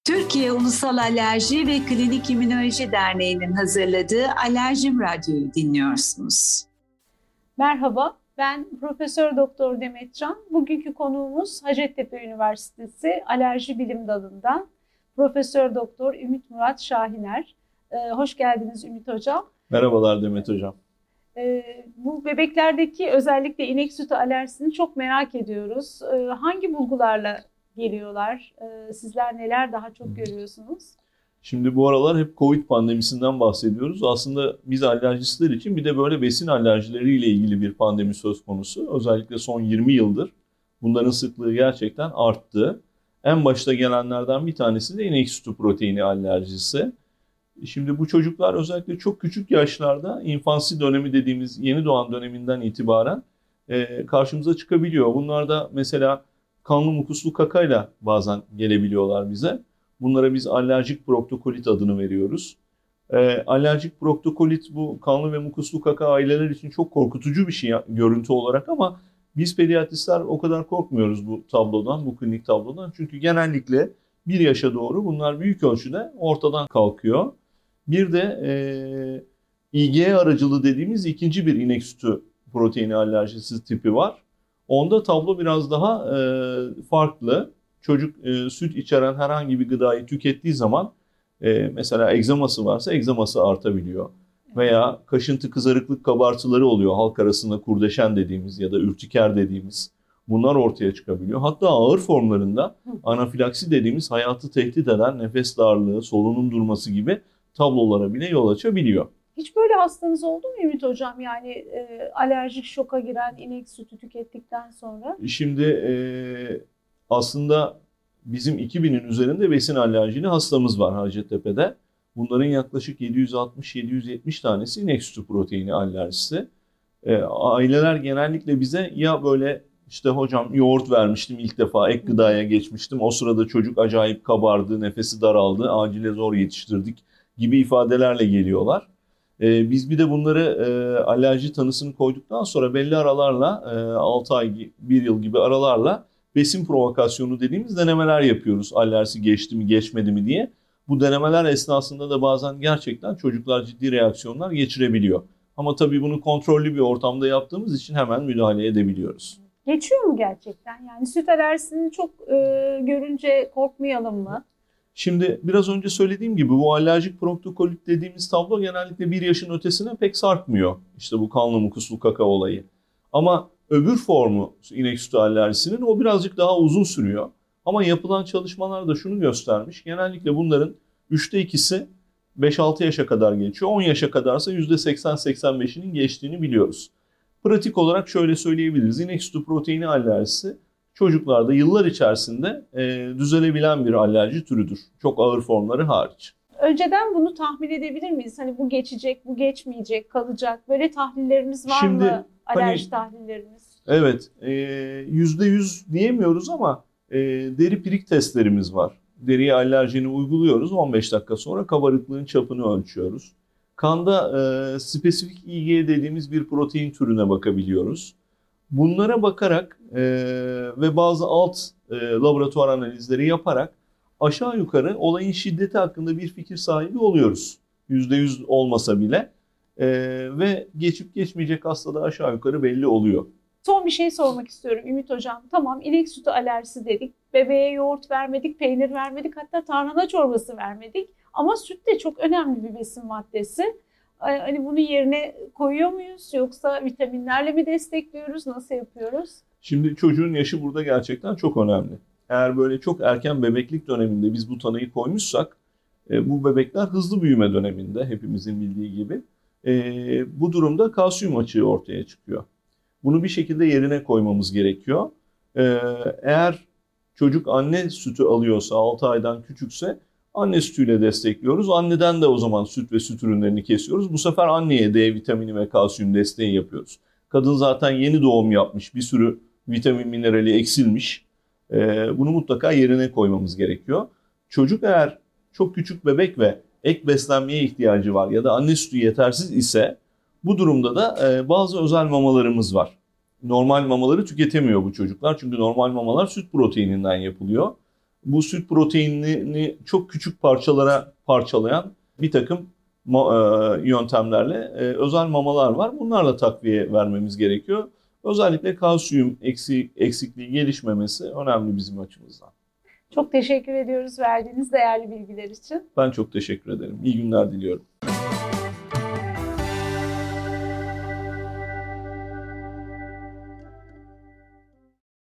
Türkiye Ulusal Alerji ve Klinik İmmünoloji Derneği'nin hazırladığı Alerjim Radyo'yu dinliyorsunuz. Merhaba, ben Profesör Doktor Demet Can. Bugünkü konuğumuz Hacettepe Üniversitesi Alerji Bilim Dalı'ndan Profesör Doktor Ümit Murat Şahiner. Hoş geldiniz Ümit Hocam. Merhabalar Demet Hocam. Bu bebeklerdeki özellikle inek sütü alerjisini çok merak ediyoruz. Hangi bulgularla geliyorlar? Sizler neler daha çok görüyorsunuz? Şimdi bu aralar hep Covid pandemisinden bahsediyoruz. Aslında biz alerjistler için bir de böyle besin alerjileriyle ilgili bir pandemi söz konusu. Özellikle son 20 yıldır bunların sıklığı gerçekten arttı. En başta gelenlerden bir tanesi de inek sütü proteini alerjisi. Şimdi bu çocuklar özellikle çok küçük yaşlarda infansi dönemi dediğimiz yeni doğan döneminden itibaren karşımıza çıkabiliyor. Bunlar da mesela kanlı mukuslu kakayla bazen gelebiliyorlar bize. Bunlara biz alerjik proktokolit adını veriyoruz. Alerjik proktokolit bu kanlı ve mukuslu kaka aileler için çok korkutucu bir şey görüntü olarak ama biz pediatristler o kadar korkmuyoruz bu tablodan, bu klinik tablodan. Çünkü genellikle 1 yaşa doğru bunlar büyük ölçüde ortadan kalkıyor. Bir de IgE aracılı dediğimiz ikinci bir inek sütü proteini alerjisi tipi var. Onda tablo biraz daha farklı. Çocuk süt içeren herhangi bir gıdayı tükettiği zaman mesela egzaması varsa egzaması artabiliyor. Veya kaşıntı, kızarıklık, kabartıları oluyor. Halk arasında kurdeşen dediğimiz ya da ürtiker dediğimiz bunlar ortaya çıkabiliyor. Hatta ağır formlarında anafilaksi dediğimiz hayatı tehdit eden nefes darlığı, solunum durması gibi tablolara bile yol açabiliyor. Hiç böyle hastanız oldu mu Ümit Hocam? Yani alerjik şoka giren inek sütü tükettikten sonra? Şimdi aslında bizim 2000'in üzerinde besin alerjili hastamız var Hacettepe'de. Bunların yaklaşık 760-770 tanesi inek sütü proteini alerjisi. Aileler genellikle bize ya böyle işte hocam yoğurt vermiştim ilk defa ek gıdaya geçmiştim. O sırada çocuk acayip kabardı, nefesi daraldı, acile zor yetiştirdik gibi ifadelerle geliyorlar. Biz bir de bunları alerji tanısını koyduktan sonra belli aralarla 6 ay, 1 yıl gibi aralarla besin provokasyonu dediğimiz denemeler yapıyoruz. Alerjisi geçti mi geçmedi mi diye. Bu denemeler esnasında da bazen gerçekten çocuklar ciddi reaksiyonlar geçirebiliyor. Ama tabii bunu kontrollü bir ortamda yaptığımız için hemen müdahale edebiliyoruz. Geçiyor mu gerçekten? Yani süt alerjisini çok görünce korkmayalım mı? Şimdi biraz önce söylediğim gibi bu alerjik proktokolit dediğimiz tablo genellikle 1 yaşın ötesine pek sarkmıyor. İşte bu kanlı mukuslu kaka olayı. Ama öbür formu inek sütü alerjisinin o birazcık daha uzun sürüyor. Ama yapılan çalışmalar da şunu göstermiş. Genellikle bunların 3'te 2'si 5-6 yaşa kadar geçiyor. 10 yaşa kadarsa %80-85'inin geçtiğini biliyoruz. Pratik olarak şöyle söyleyebiliriz. İnek sütü proteini alerjisi çocuklarda yıllar içerisinde düzelebilen bir alerji türüdür. Çok ağır formları hariç. Önceden bunu tahmin edebilir miyiz? Hani bu geçecek, bu geçmeyecek, kalacak. Böyle tahlillerimiz var mı? Alerji tahlillerimiz. Evet, %100 diyemiyoruz ama deri pirik testlerimiz var. Deriye alerjeni uyguluyoruz. 15 dakika sonra kabarıklığın çapını ölçüyoruz. Kanda spesifik IgE dediğimiz bir protein türüne bakabiliyoruz. Bunlara bakarak ve bazı alt laboratuvar analizleri yaparak aşağı yukarı olayın şiddeti hakkında bir fikir sahibi oluyoruz. %100 olmasa bile ve geçip geçmeyecek hastada aşağı yukarı belli oluyor. Son bir şey sormak istiyorum Ümit Hocam. Tamam, inek sütü alerjisi dedik. Bebeğe yoğurt vermedik, peynir vermedik, hatta tarhana çorbası vermedik. Ama süt de çok önemli bir besin maddesi. Hani bunu yerine koyuyor muyuz yoksa vitaminlerle mi destekliyoruz? Nasıl yapıyoruz? Şimdi çocuğun yaşı burada gerçekten çok önemli. Eğer böyle çok erken bebeklik döneminde biz bu tanıyı koymuşsak bu bebekler hızlı büyüme döneminde hepimizin bildiği gibi bu durumda kalsiyum açığı ortaya çıkıyor. Bunu bir şekilde yerine koymamız gerekiyor. Eğer çocuk anne sütü alıyorsa 6 aydan küçükse anne sütüyle destekliyoruz. Anneden de o zaman süt ve süt ürünlerini kesiyoruz. Bu sefer anneye D vitamini ve kalsiyum desteği yapıyoruz. Kadın zaten yeni doğum yapmış, bir sürü vitamin minerali eksilmiş. Bunu mutlaka yerine koymamız gerekiyor. Çocuk eğer çok küçük bebek ve ek beslenmeye ihtiyacı var ya da anne sütü yetersiz ise bu durumda da bazı özel mamalarımız var. Normal mamaları tüketemiyor bu çocuklar çünkü normal mamalar süt proteininden yapılıyor. bu süt proteinini çok küçük parçalara parçalayan bir takım yöntemlerle özel mamalar var. Bunlarla takviye vermemiz gerekiyor. Özellikle kalsiyum eksikliği gelişmemesi önemli bizim açımızdan. Çok teşekkür ediyoruz verdiğiniz değerli bilgiler için. Ben çok teşekkür ederim. İyi günler diliyorum.